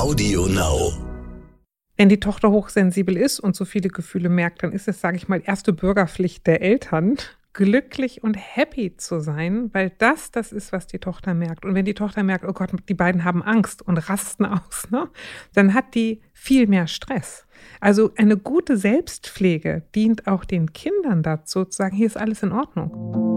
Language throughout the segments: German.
Audio Now. Wenn die Tochter hochsensibel ist und so viele Gefühle merkt, dann ist es, sage ich mal, erste Bürgerpflicht der Eltern, glücklich und happy zu sein, weil das ist, was die Tochter merkt. Und wenn die Tochter merkt, oh Gott, die beiden haben Angst und rasten aus, ne, dann hat die viel mehr Stress. Also eine gute Selbstpflege dient auch den Kindern dazu, zu sagen, hier ist alles in Ordnung.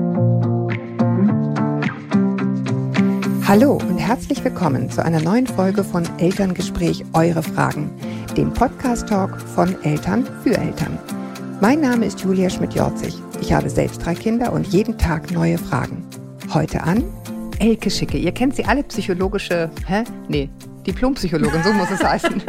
Hallo und herzlich willkommen zu einer neuen Folge von Elterngespräch Eure Fragen, dem Podcast-Talk von Eltern für Eltern. Mein Name ist Julia Schmidt-Jorzig. Ich habe selbst 3 Kinder und jeden Tag neue Fragen. Heute an Elke Schicke. Ihr kennt sie alle, psychologische, Diplompsychologin, so muss es heißen.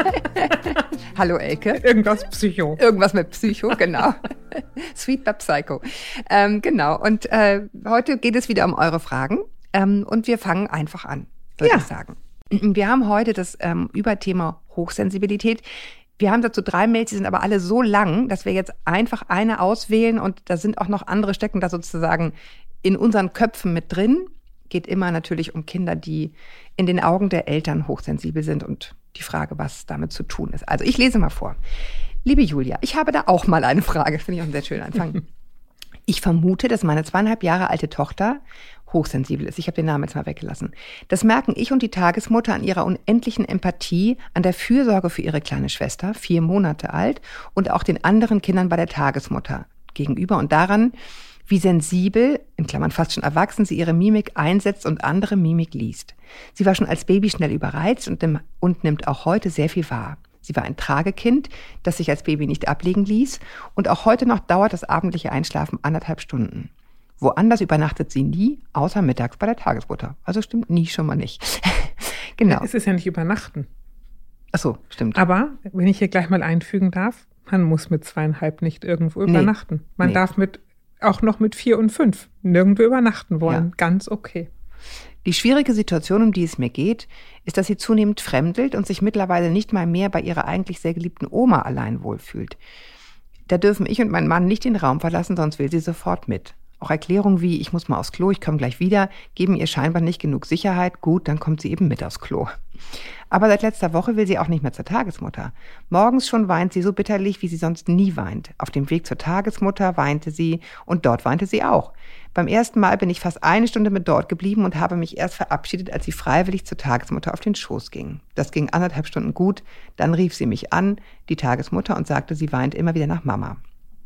Hallo Elke. Irgendwas Psycho. Irgendwas mit Psycho, genau. Sweet but Psycho. Genau, und heute geht es wieder um eure Fragen. Und wir fangen einfach an, würde ich sagen. Wir haben heute das Überthema Hochsensibilität. Wir haben dazu 3 Mails, die sind aber alle so lang, dass wir jetzt einfach eine auswählen und da sind auch noch andere, stecken da sozusagen in unseren Köpfen mit drin. Geht immer natürlich um Kinder, die in den Augen der Eltern hochsensibel sind und die Frage, was damit zu tun ist. Also ich lese mal vor. Liebe Julia, ich habe da auch mal eine Frage. Finde ich auch einen sehr schönen Anfang. Ich vermute, dass meine 2,5 Jahre alte Tochter hochsensibel ist. Ich habe den Namen jetzt mal weggelassen. Das merken ich und die Tagesmutter an ihrer unendlichen Empathie, an der Fürsorge für ihre kleine Schwester, 4 Monate alt, und auch den anderen Kindern bei der Tagesmutter gegenüber und daran, wie sensibel, in Klammern fast schon erwachsen, sie ihre Mimik einsetzt und andere Mimik liest. Sie war schon als Baby schnell überreizt und nimmt auch heute sehr viel wahr. Sie war ein Tragekind, das sich als Baby nicht ablegen ließ, und auch heute noch dauert das abendliche Einschlafen 1,5 Stunden. Woanders übernachtet sie nie, außer mittags bei der Tagesmutter. Also stimmt nie schon mal nicht. Genau. Es ist ja nicht übernachten. Ach so, stimmt. Aber, wenn ich hier gleich mal einfügen darf, man muss mit 2,5 nicht irgendwo übernachten. Man darf auch noch mit 4 und 5 nirgendwo übernachten wollen. Ja. Ganz okay. Die schwierige Situation, um die es mir geht, ist, dass sie zunehmend fremdelt und sich mittlerweile nicht mal mehr bei ihrer eigentlich sehr geliebten Oma allein wohlfühlt. Da dürfen ich und mein Mann nicht den Raum verlassen, sonst will sie sofort mit. Auch Erklärungen wie, ich muss mal aufs Klo, ich komme gleich wieder, geben ihr scheinbar nicht genug Sicherheit. Gut, dann kommt sie eben mit aufs Klo. Aber seit letzter Woche will sie auch nicht mehr zur Tagesmutter. Morgens schon weint sie so bitterlich, wie sie sonst nie weint. Auf dem Weg zur Tagesmutter weinte sie und dort weinte sie auch. Beim ersten Mal bin ich fast 1 Stunde mit dort geblieben und habe mich erst verabschiedet, als sie freiwillig zur Tagesmutter auf den Schoß ging. Das ging 1,5 Stunden gut, dann rief sie mich an, die Tagesmutter, und sagte, sie weint immer wieder nach Mama.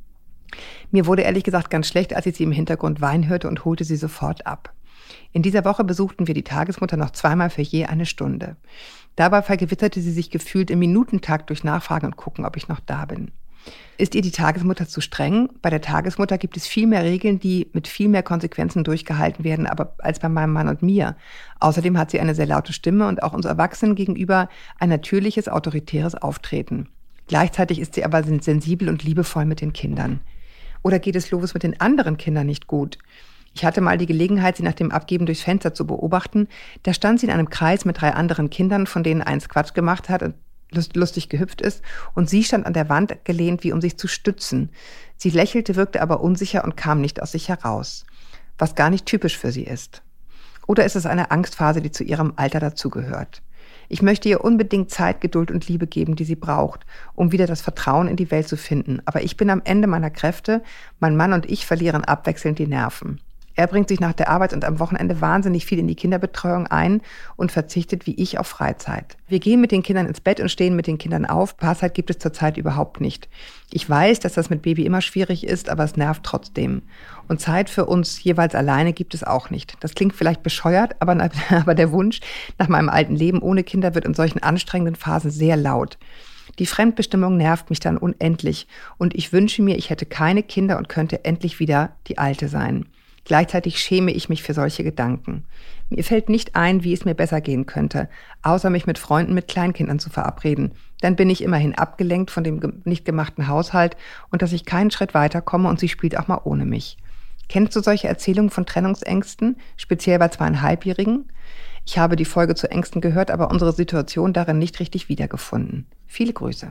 Mir wurde ehrlich gesagt ganz schlecht, als ich sie im Hintergrund weinen hörte und holte sie sofort ab. In dieser Woche besuchten wir die Tagesmutter noch 2-mal für je 1 Stunde. Dabei vergewisserte sie sich gefühlt im Minutentakt durch Nachfragen und Gucken, ob ich noch da bin. Ist ihr die Tagesmutter zu streng? Bei der Tagesmutter gibt es viel mehr Regeln, die mit viel mehr Konsequenzen durchgehalten werden, aber als bei meinem Mann und mir. Außerdem hat sie eine sehr laute Stimme und auch uns Erwachsenen gegenüber ein natürliches, autoritäres Auftreten. Gleichzeitig ist sie aber sensibel und liebevoll mit den Kindern. Oder geht es Lovis mit den anderen Kindern nicht gut? Ich hatte mal die Gelegenheit, sie nach dem Abgeben durchs Fenster zu beobachten. Da stand sie in einem Kreis mit 3 anderen Kindern, von denen eins Quatsch gemacht hat und lustig gehüpft ist. Und sie stand an der Wand gelehnt, wie um sich zu stützen. Sie lächelte, wirkte aber unsicher und kam nicht aus sich heraus. Was gar nicht typisch für sie ist. Oder ist es eine Angstphase, die zu ihrem Alter dazugehört? Ich möchte ihr unbedingt Zeit, Geduld und Liebe geben, die sie braucht, um wieder das Vertrauen in die Welt zu finden. Aber ich bin am Ende meiner Kräfte. Mein Mann und ich verlieren abwechselnd die Nerven. Er bringt sich nach der Arbeit und am Wochenende wahnsinnig viel in die Kinderbetreuung ein und verzichtet wie ich auf Freizeit. Wir gehen mit den Kindern ins Bett und stehen mit den Kindern auf. Paarzeit gibt es zurzeit überhaupt nicht. Ich weiß, dass das mit Baby immer schwierig ist, aber es nervt trotzdem. Und Zeit für uns jeweils alleine gibt es auch nicht. Das klingt vielleicht bescheuert, aber der Wunsch nach meinem alten Leben ohne Kinder wird in solchen anstrengenden Phasen sehr laut. Die Fremdbestimmung nervt mich dann unendlich und ich wünsche mir, ich hätte keine Kinder und könnte endlich wieder die Alte sein. Gleichzeitig schäme ich mich für solche Gedanken. Mir fällt nicht ein, wie es mir besser gehen könnte, außer mich mit Freunden mit Kleinkindern zu verabreden. Dann bin ich immerhin abgelenkt von dem nicht gemachten Haushalt und dass ich keinen Schritt weiterkomme und sie spielt auch mal ohne mich. Kennst du solche Erzählungen von Trennungsängsten, speziell bei 2,5-Jährigen? Ich habe die Folge zu Ängsten gehört, aber unsere Situation darin nicht richtig wiedergefunden. Viele Grüße.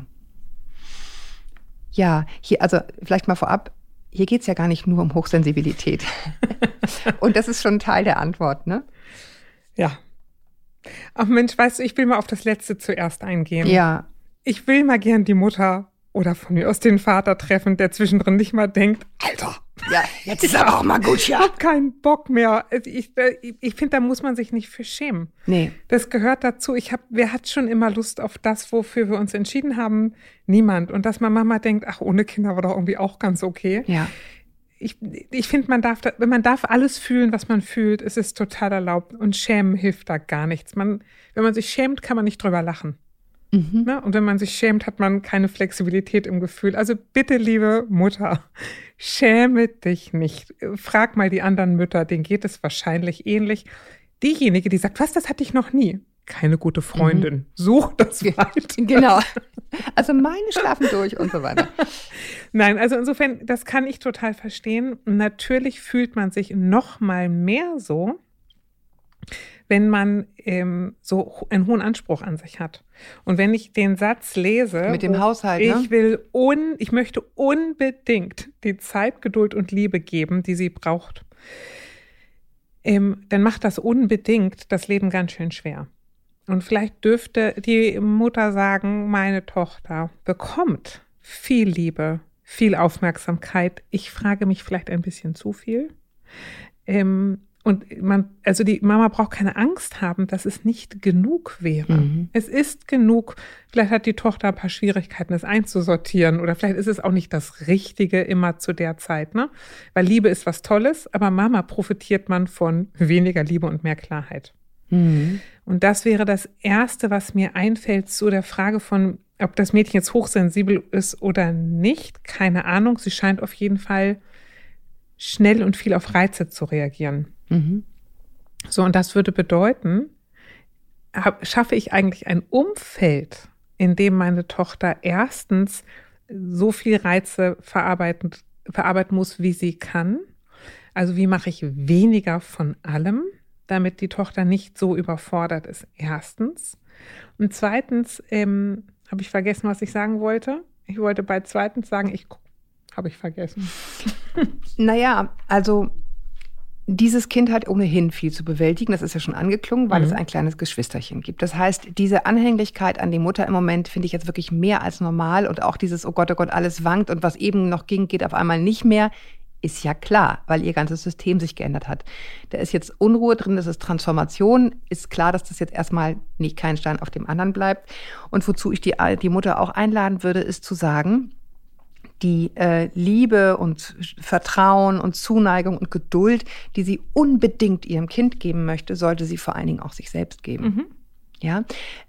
Ja, hier, also vielleicht mal vorab, hier geht es ja gar nicht nur um Hochsensibilität. Und das ist schon ein Teil der Antwort, ne? Ja. Ach Mensch, weißt du, ich will mal auf das Letzte zuerst eingehen. Ja. Ich will mal gern die Mutter oder von mir aus den Vater treffen, der zwischendrin nicht mal denkt, Alter. Ja, jetzt ist aber auch mal gut, Ich hab keinen Bock mehr. Ich finde, da muss man sich nicht für schämen. Nee. Das gehört dazu. Wer hat schon immer Lust auf das, wofür wir uns entschieden haben? Niemand. Und dass man Mama denkt, ach, ohne Kinder war doch irgendwie auch ganz okay. Ja. Ich finde, man darf alles fühlen, was man fühlt. Es ist total erlaubt. Und Schämen hilft da gar nichts. Wenn man sich schämt, kann man nicht drüber lachen. Mhm. Ne? Und wenn man sich schämt, hat man keine Flexibilität im Gefühl. Also bitte, liebe Mutter, schäme dich nicht. Frag mal die anderen Mütter, denen geht es wahrscheinlich ähnlich. Diejenige, die sagt, was, das hatte ich noch nie. Keine gute Freundin. Such das weiter. Genau. Also meine schlafen durch und so weiter. Nein, also insofern, das kann ich total verstehen. Natürlich fühlt man sich noch mal mehr so, wenn man so einen hohen Anspruch an sich hat. Und wenn ich den Satz lese, mit dem Haushalt, ne? Ich möchte unbedingt die Zeit, Geduld und Liebe geben, die sie braucht, dann macht das unbedingt das Leben ganz schön schwer. Und vielleicht dürfte die Mutter sagen, meine Tochter bekommt viel Liebe, viel Aufmerksamkeit. Ich frage mich vielleicht ein bisschen zu viel. Also die Mama braucht keine Angst haben, dass es nicht genug wäre. Mhm. Es ist genug. Vielleicht hat die Tochter ein paar Schwierigkeiten, es einzusortieren. Oder vielleicht ist es auch nicht das Richtige immer zu der Zeit, ne? Weil Liebe ist was Tolles, aber Mama profitiert man von weniger Liebe und mehr Klarheit. Mhm. Und das wäre das Erste, was mir einfällt zu der Frage von, ob das Mädchen jetzt hochsensibel ist oder nicht. Keine Ahnung. Sie scheint auf jeden Fall schnell und viel auf Reize zu reagieren. Mhm. So, und das würde bedeuten, schaffe ich eigentlich ein Umfeld, in dem meine Tochter erstens so viel Reize verarbeiten muss, wie sie kann. Also wie mache ich weniger von allem, damit die Tochter nicht so überfordert ist, erstens. Und zweitens, habe ich vergessen, was ich sagen wollte. Ich wollte bei zweitens sagen, habe ich vergessen. Naja, also dieses Kind hat ohnehin viel zu bewältigen, das ist ja schon angeklungen, weil es ein kleines Geschwisterchen gibt. Das heißt, diese Anhänglichkeit an die Mutter im Moment finde ich jetzt wirklich mehr als normal. Und auch dieses, oh Gott, alles wankt und was eben noch ging, geht auf einmal nicht mehr. Ist ja klar, weil ihr ganzes System sich geändert hat. Da ist jetzt Unruhe drin, das ist Transformation. Ist klar, dass das jetzt erstmal nicht kein Stein auf dem anderen bleibt. Und wozu ich die Mutter auch einladen würde, ist zu sagen, die Liebe und Vertrauen und Zuneigung und Geduld, die sie unbedingt ihrem Kind geben möchte, sollte sie vor allen Dingen auch sich selbst geben. Mhm. Ja?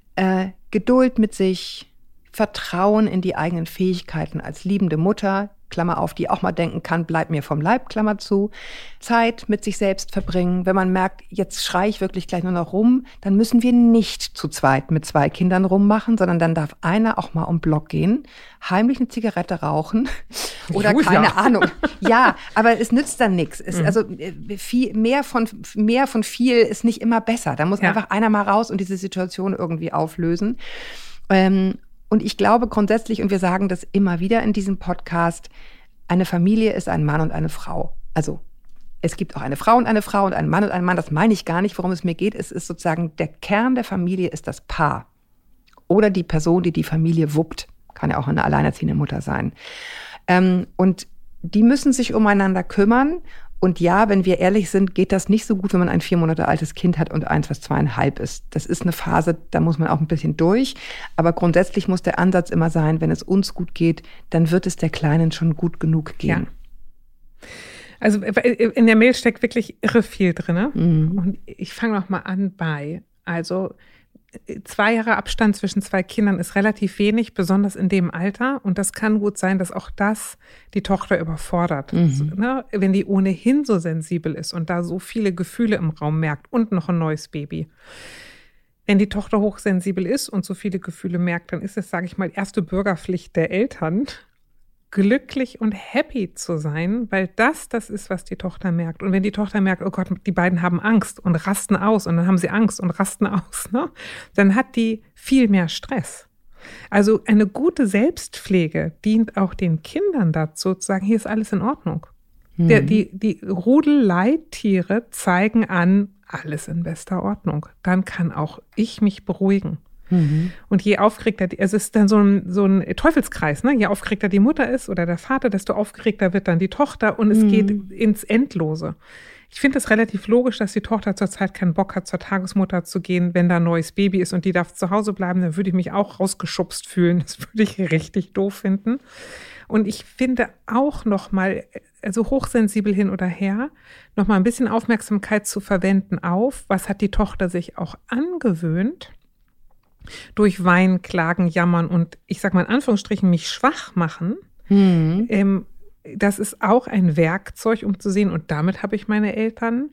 Geduld mit sich, Vertrauen in die eigenen Fähigkeiten als liebende Mutter, Klammer auf, die auch mal denken kann, bleib mir vom Leib, Klammer zu. Zeit mit sich selbst verbringen. Wenn man merkt, jetzt schreie ich wirklich gleich nur noch rum, dann müssen wir nicht zu zweit mit 2 Kindern rummachen, sondern dann darf einer auch mal um Block gehen, heimlich eine Zigarette rauchen oder keine Ahnung. Ja, aber es nützt dann nichts. Also mehr von viel ist nicht immer besser. Da muss einfach einer mal raus und diese Situation irgendwie auflösen. Und ich glaube grundsätzlich, und wir sagen das immer wieder in diesem Podcast, eine Familie ist ein Mann und eine Frau. Also es gibt auch eine Frau und einen Mann und einen Mann. Das meine ich gar nicht, worum es mir geht. Es ist sozusagen, der Kern der Familie ist das Paar. Oder die Person, die die Familie wuppt. Kann ja auch eine alleinerziehende Mutter sein. Und die müssen sich umeinander kümmern. Und ja, wenn wir ehrlich sind, geht das nicht so gut, wenn man ein 4 Monate altes Kind hat und eins, was 2,5 ist. Das ist eine Phase, da muss man auch ein bisschen durch. Aber grundsätzlich muss der Ansatz immer sein, wenn es uns gut geht, dann wird es der Kleinen schon gut genug gehen. Ja. Also in der Mail steckt wirklich irre viel drin. Mhm. Und ich fange noch mal an also 2 Jahre Abstand zwischen 2 Kindern ist relativ wenig, besonders in dem Alter. Und das kann gut sein, dass auch das die Tochter überfordert. Mhm. Ne? Wenn die ohnehin so sensibel ist und da so viele Gefühle im Raum merkt und noch ein neues Baby. Wenn die Tochter hochsensibel ist und so viele Gefühle merkt, dann ist es, sage ich mal, erste Bürgerpflicht der Eltern, glücklich und happy zu sein, weil das ist, was die Tochter merkt. Und wenn die Tochter merkt, oh Gott, die beiden haben Angst und rasten aus und dann haben sie Angst und rasten aus, ne? Dann hat die viel mehr Stress. Also eine gute Selbstpflege dient auch den Kindern dazu, zu sagen, hier ist alles in Ordnung. Die Rudelleittiere zeigen an, alles in bester Ordnung. Dann kann auch ich mich beruhigen. Und je aufgeregter, es ist dann so ein Teufelskreis, ne? Je aufgeregter die Mutter ist oder der Vater, desto aufgeregter wird dann die Tochter und es geht ins Endlose. Ich finde es relativ logisch, dass die Tochter zurzeit keinen Bock hat, zur Tagesmutter zu gehen, wenn da ein neues Baby ist und die darf zu Hause bleiben, dann würde ich mich auch rausgeschubst fühlen. Das würde ich richtig doof finden. Und ich finde auch nochmal, also hochsensibel hin oder her, nochmal ein bisschen Aufmerksamkeit zu verwenden auf, was hat die Tochter sich auch angewöhnt, durch Weinen, Klagen, Jammern und ich sag mal in Anführungsstrichen mich schwach machen. Das ist auch ein Werkzeug, um zu sehen, und damit habe ich meine Eltern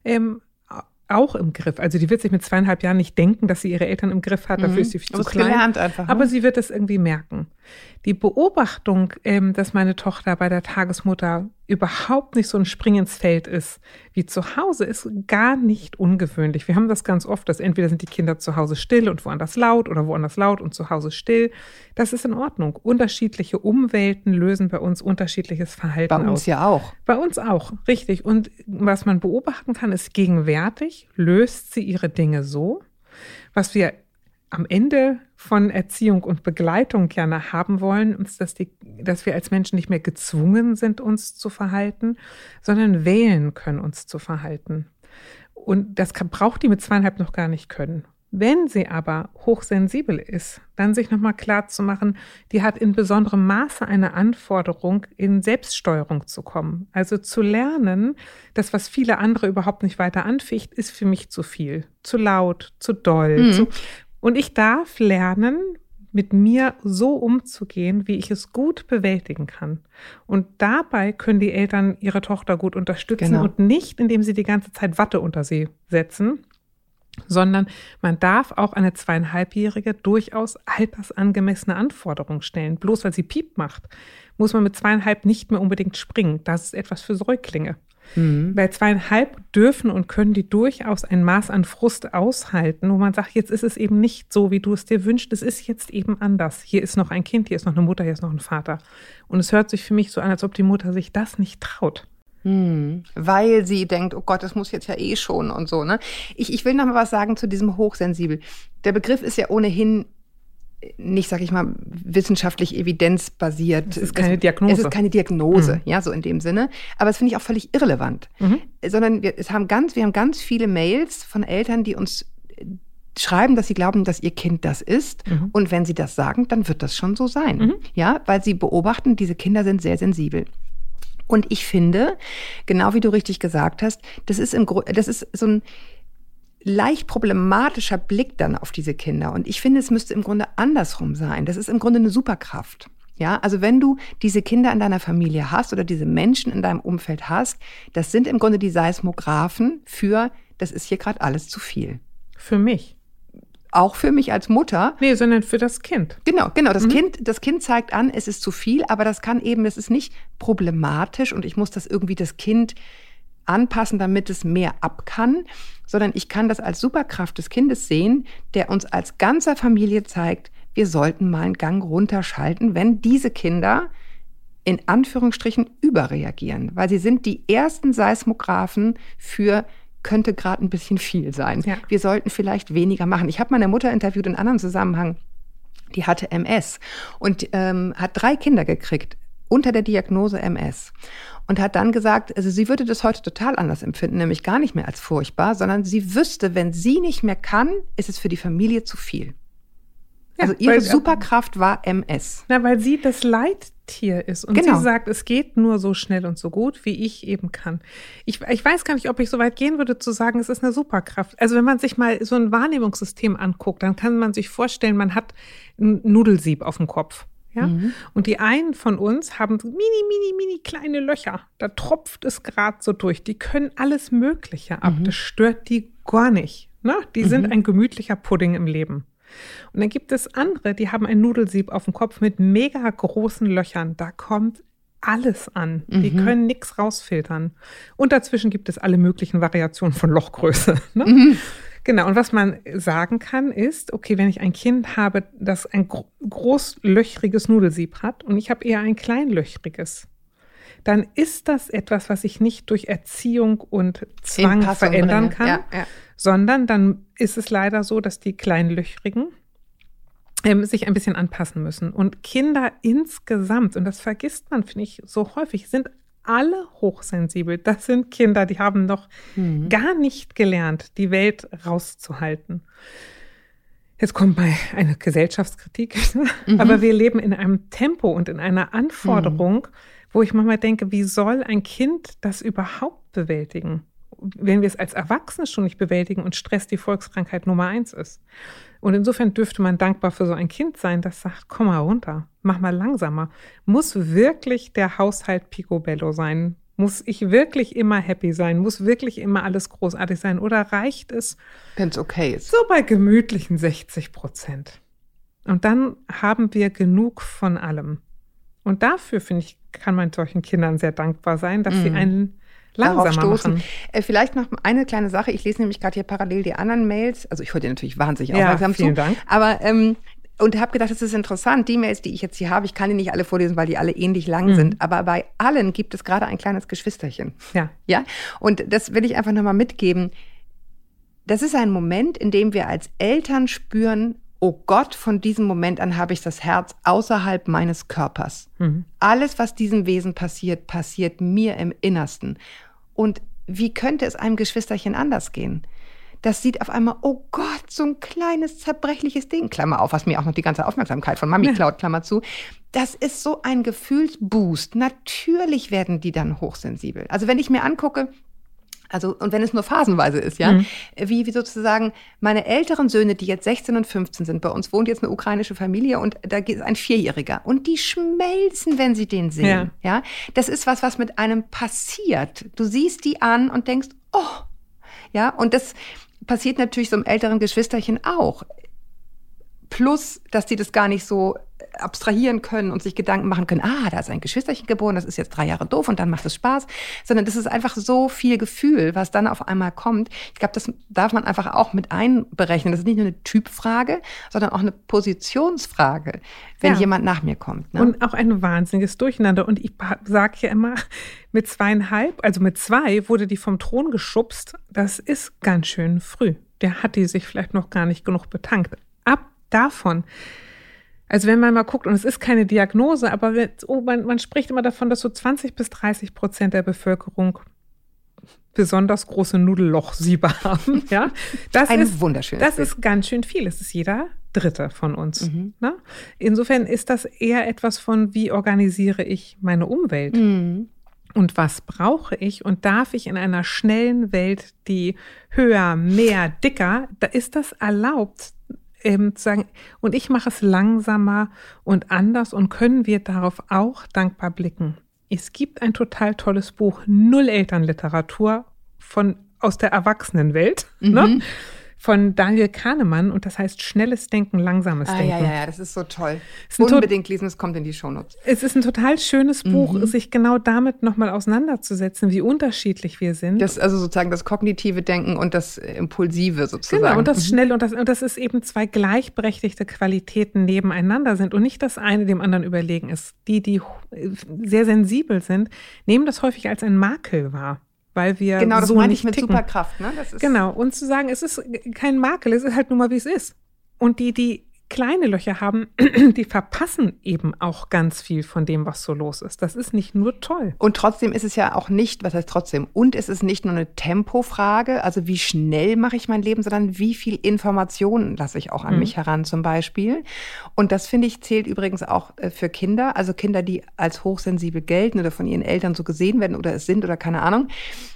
auch im Griff. Also die wird sich mit 2,5 Jahren nicht denken, dass sie ihre Eltern im Griff hat, dafür ist sie zu klein. Gelernt einfach, ne? Aber sie wird es irgendwie merken. Die Beobachtung, dass meine Tochter bei der Tagesmutter überhaupt nicht so ein Spring ins Feld ist wie zu Hause, ist gar nicht ungewöhnlich. Wir haben das ganz oft, dass entweder sind die Kinder zu Hause still und woanders laut oder woanders laut und zu Hause still. Das ist in Ordnung. Unterschiedliche Umwelten lösen bei uns unterschiedliches Verhalten aus. Bei uns ja auch. Bei uns auch, richtig. Und was man beobachten kann, ist gegenwärtig löst sie ihre Dinge so, was wir am Ende von Erziehung und Begleitung gerne haben wollen, ist, dass wir als Menschen nicht mehr gezwungen sind, uns zu verhalten, sondern wählen können, uns zu verhalten. Und das braucht die mit 2,5 noch gar nicht können. Wenn sie aber hochsensibel ist, dann sich nochmal klar zu machen, die hat in besonderem Maße eine Anforderung, in Selbststeuerung zu kommen. Also zu lernen, das, was viele andere überhaupt nicht weiter anficht, ist für mich zu viel, zu laut, zu doll. Und ich darf lernen, mit mir so umzugehen, wie ich es gut bewältigen kann. Und dabei können die Eltern ihre Tochter gut unterstützen und nicht, indem sie die ganze Zeit Watte unter sie setzen, sondern man darf auch eine 2,5-Jährige durchaus altersangemessene Anforderungen stellen. Bloß weil sie Piep macht, muss man mit 2,5 nicht mehr unbedingt springen. Das ist etwas für Säuglinge. Bei 2,5 dürfen und können die durchaus ein Maß an Frust aushalten, wo man sagt, jetzt ist es eben nicht so, wie du es dir wünschst, es ist jetzt eben anders. Hier ist noch ein Kind, hier ist noch eine Mutter, hier ist noch ein Vater. Und es hört sich für mich so an, als ob die Mutter sich das nicht traut. Weil sie denkt, oh Gott, das muss jetzt ja eh schon und so, ne? Ich will noch mal was sagen zu diesem Hochsensibel. Der Begriff ist ja ohnehin nicht, sag ich mal, wissenschaftlich evidenzbasiert. Es ist keine Diagnose. Es ist keine Diagnose, ja, so in dem Sinne. Aber das finde ich auch völlig irrelevant. Sondern wir haben ganz viele Mails von Eltern, die uns schreiben, dass sie glauben, dass ihr Kind das ist. Und wenn sie das sagen, dann wird das schon so sein. Ja, weil sie beobachten, diese Kinder sind sehr sensibel. Und ich finde, genau wie du richtig gesagt hast, das ist so ein leicht problematischer Blick dann auf diese Kinder. Und ich finde, es müsste im Grunde andersrum sein. Das ist im Grunde eine Superkraft. Ja, also wenn du diese Kinder in deiner Familie hast oder diese Menschen in deinem Umfeld hast, das sind im Grunde die Seismographen für, das ist hier gerade alles zu viel. Für mich. Auch für mich als Mutter. Nee, sondern für das Kind. Genau. Das Kind zeigt an, es ist zu viel, aber das ist nicht problematisch und ich muss das irgendwie das Kind anpassen, damit es mehr ab kann, sondern ich kann das als Superkraft des Kindes sehen, der uns als ganzer Familie zeigt, wir sollten mal einen Gang runterschalten, wenn diese Kinder in Anführungsstrichen überreagieren, weil sie sind die ersten Seismographen für könnte gerade ein bisschen viel sein. Ja. Wir sollten vielleicht weniger machen. Ich habe meine Mutter interviewt in einem anderen Zusammenhang, die hatte MS und hat 3 Kinder gekriegt unter der Diagnose MS. Und hat dann gesagt, also sie würde das heute total anders empfinden, nämlich gar nicht mehr als furchtbar, sondern sie wüsste, wenn sie nicht mehr kann, ist es für die Familie zu viel. Also ihre Superkraft war MS. Na, weil sie das Leittier ist. Und sie sagt, es geht nur so schnell und so gut, wie ich eben kann. Ich weiß gar nicht, ob ich so weit gehen würde, zu sagen, es ist eine Superkraft. Also wenn man sich mal so ein Wahrnehmungssystem anguckt, dann kann man sich vorstellen, man hat ein Nudelsieb auf dem Kopf. Ja? Und die einen von uns haben so mini kleine Löcher. Da tropft es gerade so durch. Die können alles Mögliche ab. Das stört die gar nicht. Ne? Die sind ein gemütlicher Pudding im Leben. Und dann gibt es andere, die haben ein Nudelsieb auf dem Kopf mit mega großen Löchern. Da kommt alles an. Die können nichts rausfiltern. Und dazwischen gibt es alle möglichen Variationen von Lochgröße. Ne? Genau, und was man sagen kann ist, okay, wenn ich ein Kind habe, das ein großlöchriges Nudelsieb hat und ich habe eher ein kleinlöchriges, dann ist das etwas, was ich nicht durch Erziehung und Zwang verändern kann, sondern dann ist es leider so, dass die Kleinlöchrigen sich ein bisschen anpassen müssen. Und Kinder insgesamt, und das vergisst man, finde ich, so häufig, sind alle hochsensibel. Das sind Kinder, die haben noch gar nicht gelernt, die Welt rauszuhalten. Jetzt kommt mal eine Gesellschaftskritik, aber wir leben in einem Tempo und in einer Anforderung, wo ich manchmal denke, wie soll ein Kind das überhaupt bewältigen, wenn wir es als Erwachsene schon nicht bewältigen und Stress die Volkskrankheit Nummer 1 ist. Und insofern dürfte man dankbar für so ein Kind sein, das sagt, komm mal runter, mach mal langsamer. Muss wirklich der Haushalt picobello sein? Muss ich wirklich immer happy sein? Muss wirklich immer alles großartig sein? Oder reicht es, wenn es okay ist, so bei gemütlichen 60%? Und dann haben wir genug von allem. Und dafür, finde ich, kann man solchen Kindern sehr dankbar sein, dass sie einen langsamer machen. Vielleicht noch eine kleine Sache. Ich lese nämlich gerade hier parallel die anderen Mails. Also ich höre dir natürlich wahnsinnig aufmerksam zu. Vielen Dank. Aber und habe gedacht, das ist interessant. Die Mails, die ich jetzt hier habe, ich kann die nicht alle vorlesen, weil die alle ähnlich lang sind. Aber bei allen gibt es gerade ein kleines Geschwisterchen. Ja. Und das will ich einfach nochmal mitgeben. Das ist ein Moment, in dem wir als Eltern spüren, oh Gott, von diesem Moment an habe ich das Herz außerhalb meines Körpers. Alles, was diesem Wesen passiert, passiert mir im Innersten. Und wie könnte es einem Geschwisterchen anders gehen? Das sieht auf einmal, oh Gott, so ein kleines, zerbrechliches Ding, Klammer auf, was mir auch noch die ganze Aufmerksamkeit von Mami klaut, Klammer zu. Das ist so ein Gefühlsboost. Natürlich werden die dann hochsensibel. Also wenn ich mir angucke, und wenn es nur phasenweise ist, wie sozusagen meine älteren Söhne, die jetzt 16 und 15 sind, bei uns wohnt jetzt eine ukrainische Familie und da ist ein 4-Jähriger und die schmelzen, wenn sie den sehen. Ja, das ist was mit einem passiert. Du siehst die an und denkst, oh, ja, und das passiert natürlich so einem älteren Geschwisterchen auch. Plus, dass die das gar nicht so abstrahieren können und sich Gedanken machen können, da ist ein Geschwisterchen geboren, das ist jetzt 3 Jahre doof und dann macht es Spaß. Sondern das ist einfach so viel Gefühl, was dann auf einmal kommt. Ich glaube, das darf man einfach auch mit einberechnen. Das ist nicht nur eine Typfrage, sondern auch eine Positionsfrage, wenn jemand nach mir kommt. Ne? Und auch ein wahnsinniges Durcheinander. Und ich sage ja immer, mit 2,5, also mit 2 wurde die vom Thron geschubst. Das ist ganz schön früh. Der hat die sich vielleicht noch gar nicht genug betankt. Ab davon. Also wenn man mal guckt, und es ist keine Diagnose, aber man spricht immer davon, dass so 20-30% der Bevölkerung besonders große Nudellochsiebe haben. Ja, das ist wunderschön. Das ist ganz schön viel. Es ist jeder Dritte von uns. Ne? Insofern ist das eher etwas von, wie organisiere ich meine Umwelt? Und was brauche ich? Und darf ich in einer schnellen Welt, die höher, mehr, dicker, da ist das erlaubt, zu sagen, und ich mache es langsamer und anders und können wir darauf auch dankbar blicken. Es gibt ein total tolles Buch, 0 Elternliteratur aus der Erwachsenenwelt, ne? Von Daniel Kahnemann und das heißt Schnelles Denken, Langsames Denken. Ja, das ist so toll. Unbedingt lesen, es kommt in die Shownotes. Es ist ein total schönes Buch, sich genau damit nochmal auseinanderzusetzen, wie unterschiedlich wir sind. Das, also sozusagen das kognitive Denken und das Impulsive sozusagen. Genau, und das Schnelle und das ist eben 2 gleichberechtigte Qualitäten nebeneinander sind und nicht das eine dem anderen überlegen ist. Die sehr sensibel sind, nehmen das häufig als ein Makel wahr. Weil wir genau, das so meine nicht ich mit ticken. Superkraft. Ne? Das ist genau, und zu sagen, es ist kein Makel, es ist halt nur mal, wie es ist. Und die kleine Löcher haben, die verpassen eben auch ganz viel von dem, was so los ist. Das ist nicht nur toll. Und trotzdem ist es ja auch nicht, was heißt trotzdem, und es ist nicht nur eine Tempofrage, also wie schnell mache ich mein Leben, sondern wie viel Informationen lasse ich auch an mich heran zum Beispiel. Und das, finde ich, zählt übrigens auch für Kinder, also Kinder, die als hochsensibel gelten oder von ihren Eltern so gesehen werden oder es sind oder keine Ahnung.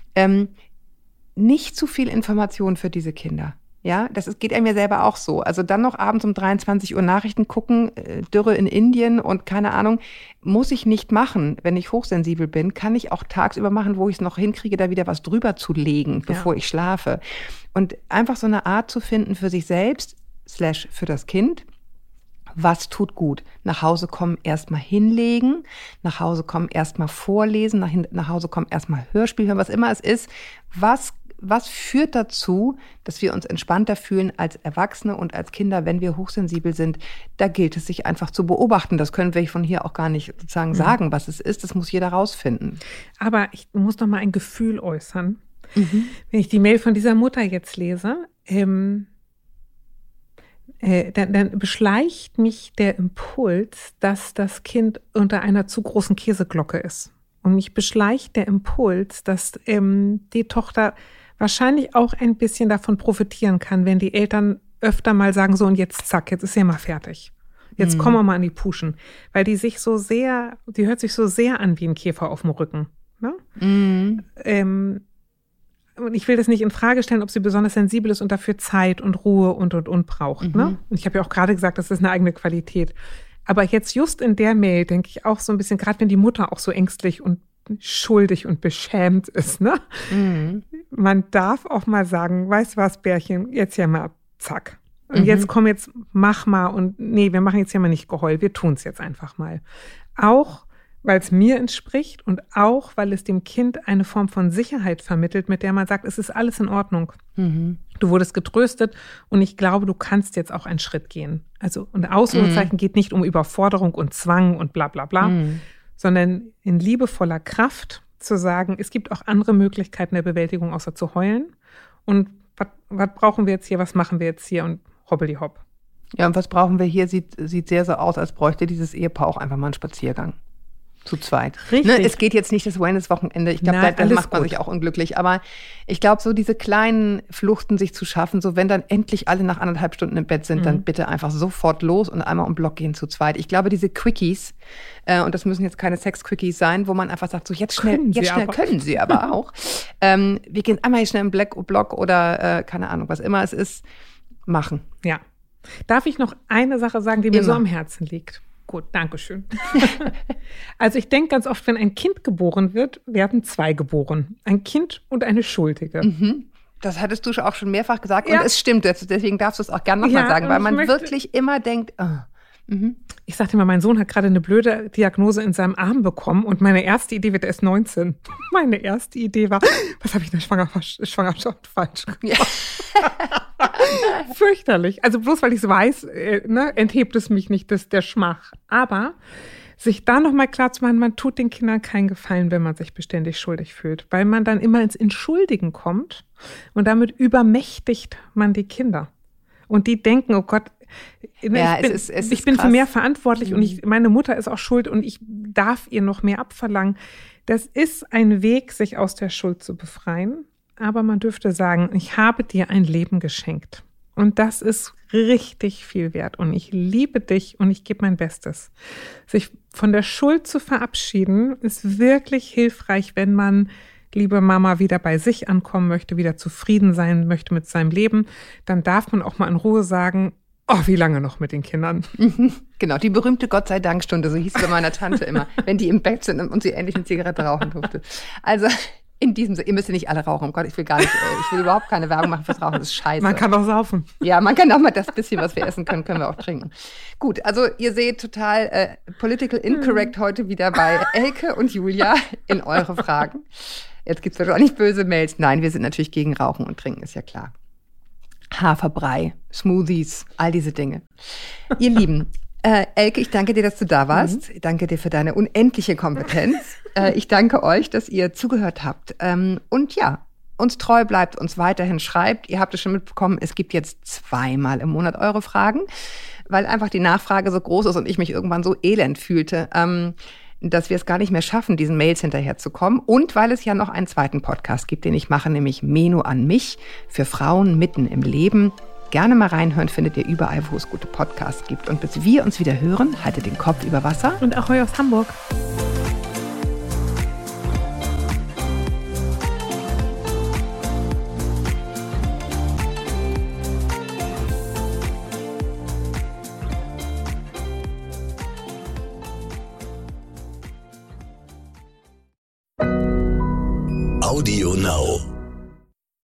Nicht zu viel Information für diese Kinder. Ja, geht einem ja selber auch so. Also dann noch abends um 23 Uhr Nachrichten gucken, Dürre in Indien und keine Ahnung, muss ich nicht machen, wenn ich hochsensibel bin. Kann ich auch tagsüber machen, wo ich es noch hinkriege, da wieder was drüber zu legen, bevor ich schlafe. Und einfach so eine Art zu finden für sich selbst / für das Kind. Was tut gut? Nach Hause kommen, erstmal hinlegen, nach Hause kommen, erstmal vorlesen, nach Hause kommen, erstmal Hörspiel hören, was immer es ist. Was was führt dazu, dass wir uns entspannter fühlen als Erwachsene und als Kinder, wenn wir hochsensibel sind? Da gilt es, sich einfach zu beobachten. Das können wir von hier auch gar nicht sozusagen sagen, was es ist. Das muss jeder rausfinden. Aber ich muss noch mal ein Gefühl äußern. Wenn ich die Mail von dieser Mutter jetzt lese, dann beschleicht mich der Impuls, dass das Kind unter einer zu großen Käseglocke ist. Und mich beschleicht der Impuls, dass die Tochter wahrscheinlich auch ein bisschen davon profitieren kann, wenn die Eltern öfter mal sagen, so und jetzt zack, jetzt ist sie mal fertig. Jetzt kommen wir mal an die Puschen. Weil die hört sich so sehr an wie ein Käfer auf dem Rücken. Ne? Und ich will das nicht in Frage stellen, ob sie besonders sensibel ist und dafür Zeit und Ruhe und braucht. Ne? Und ich habe ja auch gerade gesagt, das ist eine eigene Qualität. Aber jetzt just in der Mail denke ich auch so ein bisschen, gerade wenn die Mutter auch so ängstlich und schuldig und beschämt ist, ne? Man darf auch mal sagen, weißt du was, Bärchen, jetzt ja mal zack. Und jetzt mach mal und nee, wir machen jetzt ja mal nicht Geheul, wir tun es jetzt einfach mal. Auch weil es mir entspricht und auch, weil es dem Kind eine Form von Sicherheit vermittelt, mit der man sagt, es ist alles in Ordnung. Du wurdest getröstet und ich glaube, du kannst jetzt auch einen Schritt gehen. Also, und Ausrufezeichen geht nicht um Überforderung und Zwang und bla bla bla, sondern in liebevoller Kraft zu sagen, es gibt auch andere Möglichkeiten der Bewältigung, außer zu heulen. Und was brauchen wir jetzt hier, was machen wir jetzt hier und hoppeli-hopp. Ja, und was brauchen wir hier? Sieht sehr so aus, als bräuchte dieses Ehepaar auch einfach mal einen Spaziergang. Zu zweit. Richtig. Ne, es geht jetzt nicht das Wellness-Wochenende. Ich glaube, da macht man sich auch unglücklich. Aber ich glaube, so diese kleinen Fluchten sich zu schaffen, so wenn dann endlich alle nach 1,5 Stunden im Bett sind, dann bitte einfach sofort los und einmal um Block gehen zu zweit. Ich glaube, diese Quickies, und das müssen jetzt keine Sex-Quickies sein, wo man einfach sagt, so jetzt schnell können sie aber auch. Wir gehen einmal hier schnell im Block oder keine Ahnung, was immer es ist, machen. Ja. Darf ich noch eine Sache sagen, die mir so am Herzen liegt? Gut, danke schön. Also ich denke ganz oft, wenn ein Kind geboren wird, werden 2 geboren. Ein Kind und eine Schuldige. Das hattest du auch schon mehrfach gesagt und es stimmt. Deswegen darfst du es auch gerne nochmal sagen, weil man wirklich immer denkt, Ich sagte mal, mein Sohn hat gerade eine blöde Diagnose in seinem Arm bekommen und meine erste Idee wird, er ist 19. Meine erste Idee war, was habe ich in der Schwangerschaft falsch gemacht? Ja. Fürchterlich. Also bloß, weil ich es weiß, enthebt es mich nicht, das ist der Schmach. Aber sich da nochmal klar zu machen, man tut den Kindern keinen Gefallen, wenn man sich beständig schuldig fühlt. Weil man dann immer ins Entschuldigen kommt und damit übermächtigt man die Kinder. Und die denken, oh Gott, ich bin für mehr verantwortlich und meine Mutter ist auch schuld und ich darf ihr noch mehr abverlangen. Das ist ein Weg, sich aus der Schuld zu befreien. Aber man dürfte sagen, ich habe dir ein Leben geschenkt. Und das ist richtig viel wert. Und ich liebe dich und ich gebe mein Bestes. Sich von der Schuld zu verabschieden, ist wirklich hilfreich, wenn man, liebe Mama, wieder bei sich ankommen möchte, wieder zufrieden sein möchte mit seinem Leben. Dann darf man auch mal in Ruhe sagen, oh, wie lange noch mit den Kindern? Genau, die berühmte Gott-sei-Dank-Stunde, so hieß es bei meiner Tante immer, wenn die im Bett sind und sie endlich eine Zigarette rauchen durfte. Also in diesem Sinne, ihr müsst ja nicht alle rauchen, oh Gott, ich will überhaupt keine Werbung machen fürs Rauchen, das ist scheiße. Man kann auch saufen. Ja, man kann auch mal das bisschen, was wir essen können wir auch trinken. Gut, also ihr seht total political incorrect heute wieder bei Elke und Julia in eure Fragen. Jetzt gibt's wahrscheinlich böse Mails. Nein, wir sind natürlich gegen Rauchen und Trinken, ist ja klar. Haferbrei, Smoothies, all diese Dinge. Ihr Lieben, Elke, ich danke dir, dass du da warst. Ich danke dir für deine unendliche Kompetenz. Ich danke euch, dass ihr zugehört habt. Und ja, uns treu bleibt, uns weiterhin schreibt. Ihr habt es schon mitbekommen, es gibt jetzt 2-mal im Monat eure Fragen, weil einfach die Nachfrage so groß ist und ich mich irgendwann so elend fühlte, dass wir es gar nicht mehr schaffen, diesen Mails hinterherzukommen. Und weil es ja noch einen zweiten Podcast gibt, den ich mache, nämlich Meno an mich für Frauen mitten im Leben. Gerne mal reinhören, findet ihr überall, wo es gute Podcasts gibt. Und bis wir uns wieder hören, haltet den Kopf über Wasser. Und Ahoi aus Hamburg. Audio Now.